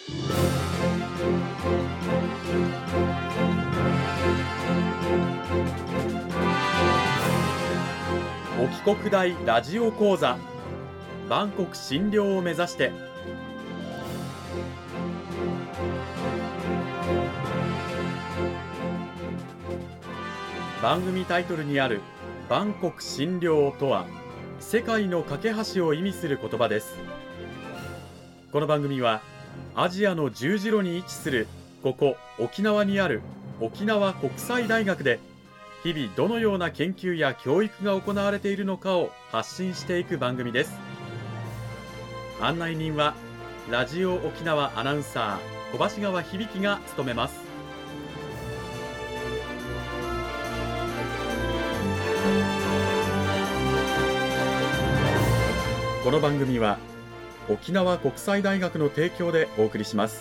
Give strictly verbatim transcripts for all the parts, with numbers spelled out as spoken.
沖国大ラジオ講座、万国診療を目指して。番組タイトルにある万国診療とは、世界の架け橋を意味する言葉です。この番組はアジアの十字路に位置するここ沖縄にある沖縄国際大学で、日々どのような研究や教育が行われているのかを発信していく番組です。案内人はラジオ沖縄アナウンサー小橋川響が務めます。この番組は沖縄国際大学の提供でお送りします。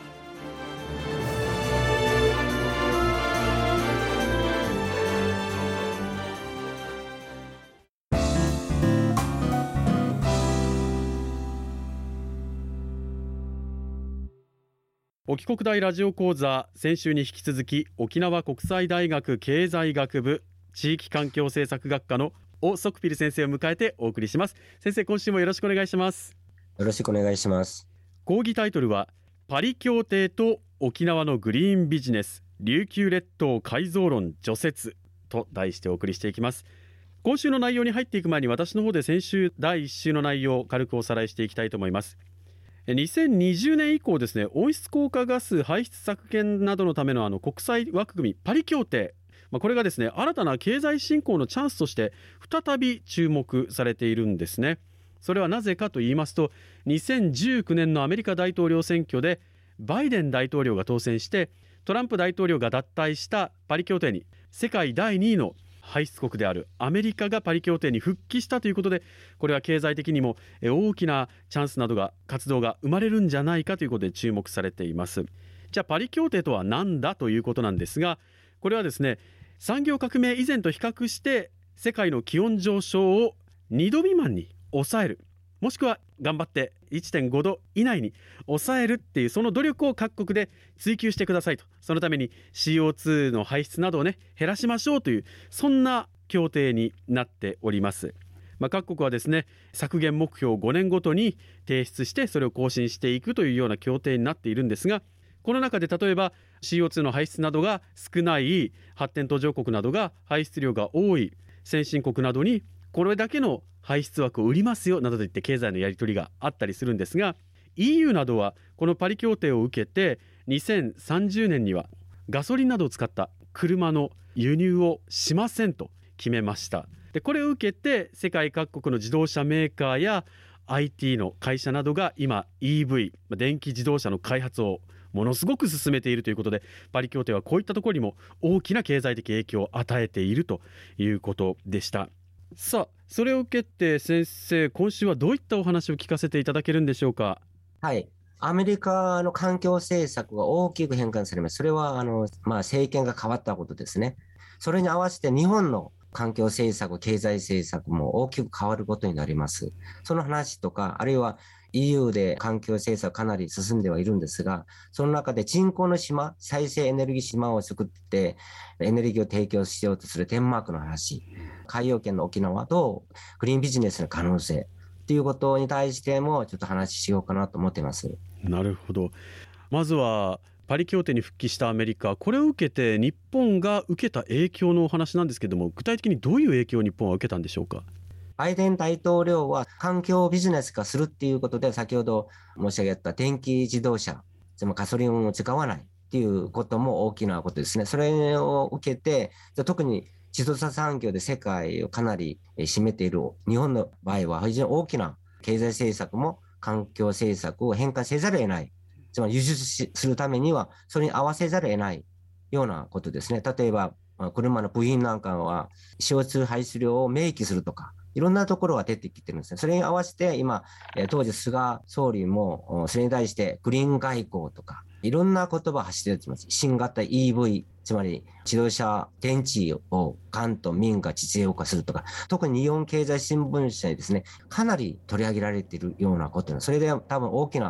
沖国大ラジオ講座、先週に引き続き沖縄国際大学経済学部地域環境政策学科のオ・ソクピル先生を迎えてお送りします。先生、今週もよろしくお願いします。 よろしくお願いします。 講義タイトルはパリ協定と沖縄のグリーンビジネス、琉球列島改造論除雪と題してお送りしていきます。今週の内容に入っていく前に、私の方で先週だいいっ週の内容を軽くおさらいしていきたいと思います。にせんにじゅうねん以降ですね、温室効果ガス排出削減などのためのあの国際枠組みパリ協定、まあ、これがですね、新たな経済振興のチャンスとして再び注目されているんですね。それはなぜかと言いますと、にせんじゅうきゅうねんのアメリカ大統領選挙でバイデン大統領が当選して、トランプ大統領が脱退したパリ協定に世界だいにいの排出国であるアメリカがパリ協定に復帰したということで、これは経済的にも大きなチャンスなどが活動が生まれるんじゃないかということで注目されています。じゃあパリ協定とは何だということなんですが、これはですね、産業革命以前と比較して世界の気温上昇をにど未満に抑える、もしくは頑張って いってんごど以内に抑えるっていう、その努力を各国で追求してくださいと。そのために シーオーツー の排出などをね、減らしましょうという、そんな協定になっております。まあ、各国はですね、削減目標をごねんごとに提出して、それを更新していくというような協定になっているんですが、この中で例えば シーオーツー の排出などが少ない発展途上国などが排出量が多い先進国などにこれだけの排出枠を売りますよなどといって経済のやり取りがあったりするんですが、 イーユー などはこのパリ協定を受けてにせんさんじゅうねんにはガソリンなどを使った車の輸入をしませんと決めました。でこれを受けて世界各国の自動車メーカーや アイティー の会社などが今 イーブイ 電気自動車の開発をものすごく進めているということで、パリ協定はこういったところにも大きな経済的影響を与えているということでした。さあ、それを受けて先生、今週はどういったお話を聞かせていただけるんでしょうか。 はい。アメリカの環境政策が大きく変換されます。それは、あの、まあ、政権が変わったことですね。それに合わせて日本の環境政策、経済政策も大きく変わることになります。その話とか、あるいは イーユー で環境政策かなり進んではいるんですが、その中で人工の島、再生エネルギー島を作ってエネルギーを提供しようとするデンマークの話、海洋圏の沖縄とグリーンビジネスの可能性ということに対してもちょっと話ししようかなと思っています。 なるほど。まずはパリ協定に復帰したアメリカ、これを受けて日本が受けた影響のお話なんですけれども、具体的にどういう影響を日本は受けたんでしょうか。 バイデン大統領は環境ビジネス化するっていうことで、先ほど申し上げた電気自動車、でもガソリンを使わないっていうことも大きなことですね。それを受けて、特に自動車産業で世界をかなり占めている日本の場合は、非常に大きな経済政策も環境政策を変化せざるを得ない。つまり輸出するためには、それに合わせざるを得ないようなことですね。例えば、車の部品なんかは シーオーツー 排出量を明記するとか、いろんなところが出てきてるんですね。それに合わせて今、当時菅総理もそれに対してグリーン外交とか、いろんな言葉を発しています。新型 イーブイ、つまり自動車電池を官と民が実用化するとか、特に日本経済新聞社にですね、かなり取り上げられているようなことな、それで多分大きな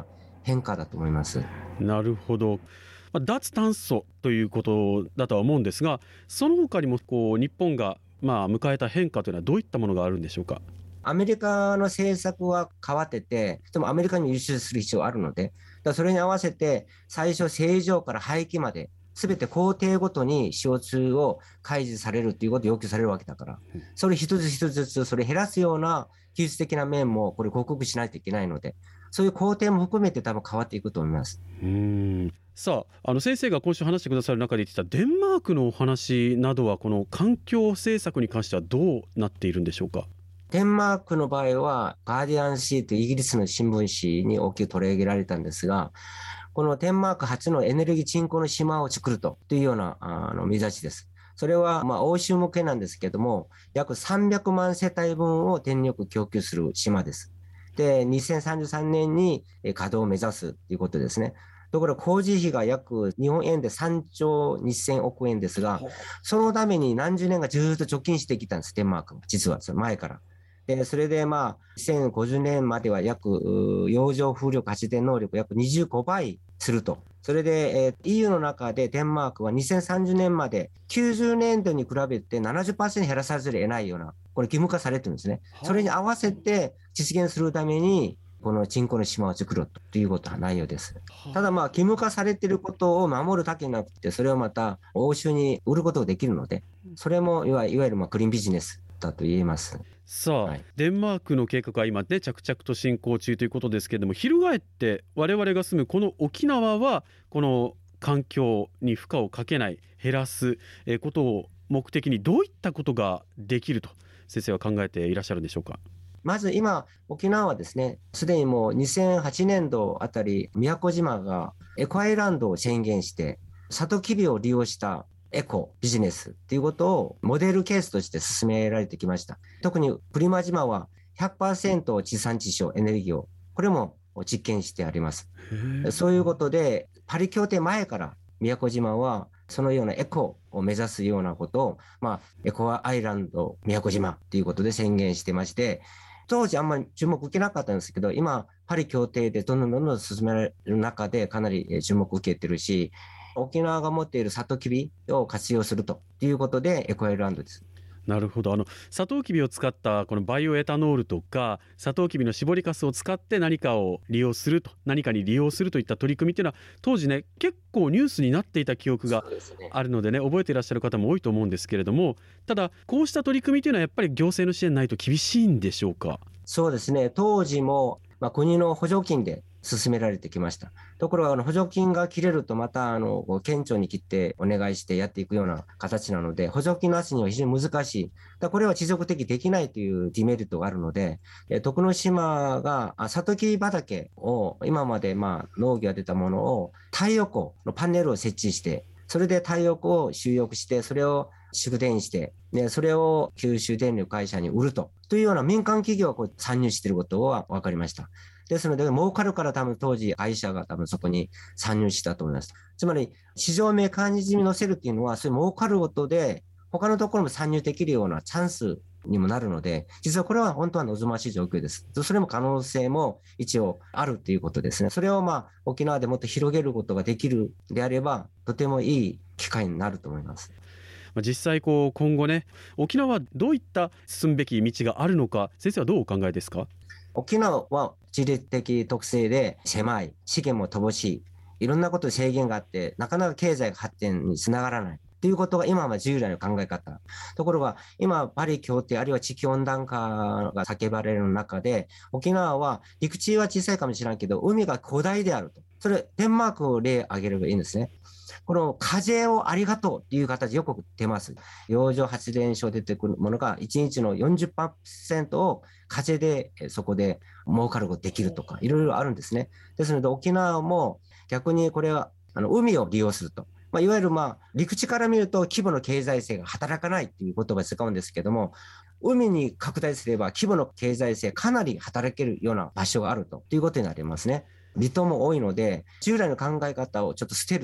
変化だと思います。 なるほど。まあ、脱炭素ということだとは思うんですが、その他にもこう日本がまあ迎えた変化というのはどういったものがあるんでしょうか。 アメリカの政策は変わってて、でもアメリカにも輸出する必要あるので、だからそれに合わせて最初正常から廃棄まで、すべて工程ごとに シーオーツー を開示されるということを要求されるわけだから、それ一つ一つずつそれ減らすような技術的な面もこれ克服しないといけないので、そういう工程も含めて多分変わっていくと思います。 うーんさあ、あの先生が今週話してくださる中で言ってたデンマークのお話などは、この環境政策に関してはどうなっているんでしょうか。 デンマークの場合は、ガーディアン紙というイギリスの新聞紙に大きく取り上げられたんですが、このデンマーク初のエネルギー沈降の島を作るというようなあの目指しです。それはまあ欧州向けなんですけども、約さんびゃくまん世帯分を電力供給する島です。で、にせんさんじゅうさんねんに稼働を目指すということですね。ところが工事費が約日本円でさんちょうにせんおくえんですが、そのために何十年かずっと貯金してきたんです、デンマークは。実はその前から。で、それでまあ、にせんごじゅうねんまでは約、洋上風力発電能力約にじゅうごばいすると。それで、えー、イーユー の中でデンマークはにせんさんじゅうねんまできゅうじゅうねんどに比べて ななじゅっパーセント 減らさざるを得ないような、これ義務化されてるんですね。それに合わせて実現するために、この鎮降の島を作ろうということは内容です。ただまあ、義務化されていることを守るだけじゃなくて、それをまた欧州に売ることができるので、それもいわゆるまあクリーンビジネスだと言えます。 さあ、はい、デンマークの計画は今ね着々と進行中ということですけれども、翻って我々が住むこの沖縄はこの環境に負荷をかけない、減らすことを目的にどういったことができると先生は考えていらっしゃるんでしょうか。 まず今沖縄はですね、すでにもうにせんはちねんどあたり宮古島がエコアイランドを宣言して、サトウキビを利用したエコビジネスということをモデルケースとして進められてきました。特にプリマ島は ひゃくパーセント 地産地消エネルギーをこれも実験してあります。そういうことでパリ協定前から宮古島はそのようなエコを目指すようなことを、まあ、エコアイランド宮古島ということで宣言してまして、当時あんまり注目受けなかったんですけど、今パリ協定でどんどんどんどん進められる中でかなり注目を受けてるし、沖縄が持っているサトウキビを活用するということでエコアイランドです。 なるほど。あのサトウキビを使ったこのバイオエタノールとかサトウキビの搾りかすを使って何かを利用すると何かに利用するといった取り組みというのは当時ね結構ニュースになっていた記憶があるのでね、覚えていらっしゃる方も多いと思うんですけれども、ただこうした取り組みというのはやっぱり行政の支援ないと厳しいんでしょうか。 そうですね、当時も、まあ、国の補助金で進められてきました。ところがあの補助金が切れるとまたあの県庁に切ってお願いしてやっていくような形なので、補助金なしには非常に難しい。だこれは持続的できないというデメリットがあるので、徳之島がサトウキビ畑を今までまあ農業が出たものを太陽光のパネルを設置して、それで太陽光を収益して、それを蓄電して、ね、それを九州電力会社に売ると、というような民間企業がこう参入していることは分かりました。ですので、儲かるから多分当時会社が多分そこに参入したと思います。つまり、市場メカニズムに乗せるっていうのは、そういう儲かることで、他のところも参入できるようなチャンスにもなるので、実はこれは本当は望ましい状況です。それも可能性も一応あるということですね。それをまあ沖縄でもっと広げることができるであれば、とてもいい機会になると思います。 実際こう今後ね、沖縄はどういった進むべき道があるのか、先生はどうお考えですか。 沖縄は地理的特性で狭い、資源も乏しい、いろんなことに制限があって、なかなか経済発展につながらない。ということが今は従来の考え方。ところが今パリ協定あるいは地球温暖化が叫ばれる中で、沖縄は陸地は小さいかもしれないけど海が広大であると。それデンマークを例挙げればいいんですね。この風をありがとうという形よく出ます。洋上発電所出てくるものがいちにちの よんじゅっパーセント を風でそこで儲かることができるとかいろいろあるんですね。ですので沖縄も逆にこれはあの海を利用すると。まあ、いわゆるまあ陸地から見ると規模の経済性が働かないという言葉を使うんですけども、海に拡大すれば規模の経済性かなり働けるような場所があるということになりますね。離島も多いので従来の考え方をちょっと捨てると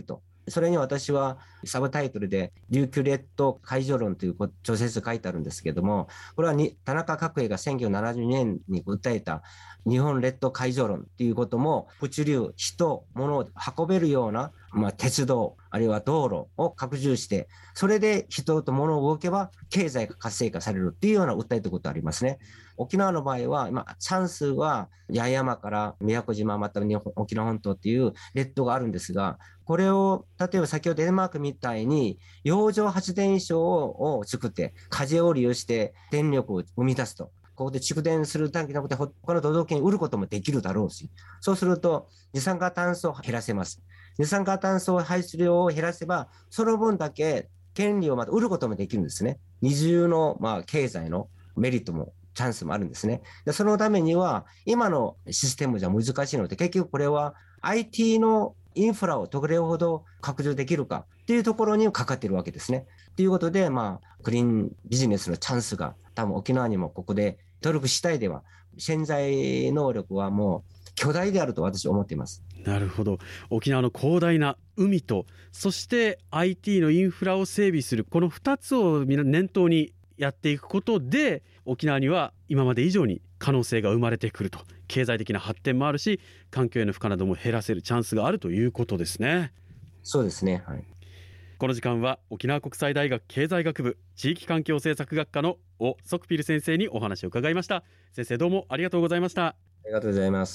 それに私はサブタイトルで琉球列島海上論という著説書いてあるんですけども、これはに田中角栄がせんきゅうひゃくななじゅうにねんに訴えた日本列島海上論ということも、物流、人、物を運べるような、まあ、鉄道、あるいは道路を拡充して、それで人と物を動けば経済が活性化されるっていうような訴えたことがありますね。沖縄の場合は、今、チャンスは八重山から宮古島、または日本沖縄本島っていう列島があるんですが、これを、例えば先ほどデンマークみたいに、洋上発電所を作って、風を利用して電力を生み出すと。ここで蓄電するだけじゃなくて、他の都道府県に売ることもできるだろうし、そうすると、二酸化炭素を減らせます。二酸化炭素排出量を減らせば、その分だけ権利をまた売ることもできるんですね。二重の、まあ、経済のメリットも、チャンスもあるんですね。で、そのためには、今のシステムじゃ難しいので、結局これは アイティー のインフラをどれほど拡充できるかっていうところにかかっているわけですね。ということで、まあ、クリーンビジネスのチャンスが多分沖縄にもここで努力したいでは、潜在能力はもう巨大であると私は思っています。 なるほど。沖縄の広大な海と、そして アイティー のインフラを整備する、このふたつを念頭にやっていくことで、沖縄には今まで以上に可能性が生まれてくると、経済的な発展もあるし、環境への負荷なども減らせるチャンスがあるということですね。 そうですね、はい。 この時間は沖縄国際大学経済学部地域環境政策学科のオ・ソクピル先生にお話を伺いました。先生、どうもありがとうございました。 ありがとうございます。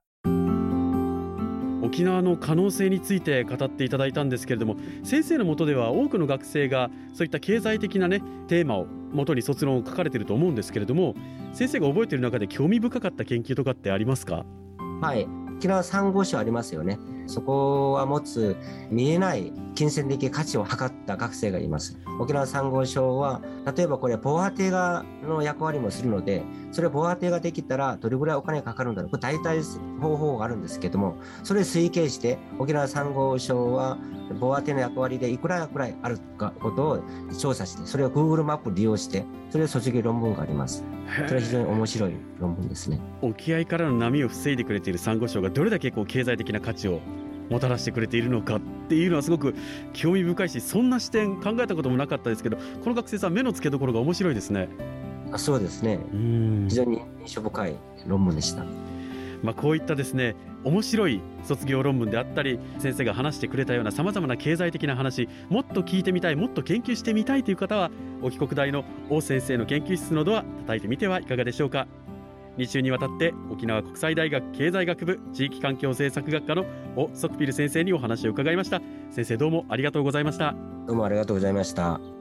沖縄の可能性について語っていただいたんですけれども、先生の下では多くの学生がそういった経済的な、ね、テーマを元に卒論を書かれていると思うんですけれども、先生が覚えている中で興味深かった研究とかってありますか？ はい、沖縄サンゴ礁ありますよね。そこは持つ見えない金銭的価値を測った学生がいます。沖縄サンゴ礁は例えばこれ防波堤がの役割もするので、それ防波堤ができたらどれぐらいお金がかかるんだろう、これ大体方法があるんですけども、それを推計して沖縄サンゴ礁は防波堤の役割でいくらくらいあるかことを調査して、それを Google マップを利用してそれを卒業論文があります。それは非常に面白い論文ですね。 沖合からの波を防いでくれているサンゴ礁がどれだけこう経済的な価値をもたらしてくれているのかっていうのはすごく興味深いし、そんな視点考えたこともなかったですけど、この学生さん目の付けどころが面白いですね。 あ、そうですね。非常に印象深い論文でした。 まあ、こういったですね、面白い卒業論文であったり、先生が話してくれたようなさまざまな経済的な話、もっと聞いてみたい、もっと研究してみたいという方は、沖国大の王先生の研究室のドア叩いてみてはいかがでしょうか。に週にわたって沖縄国際大学経済学部地域環境政策学科のオ・ソクピル先生にお話を伺いました。先生、どうもありがとうございました。 どうもありがとうございました。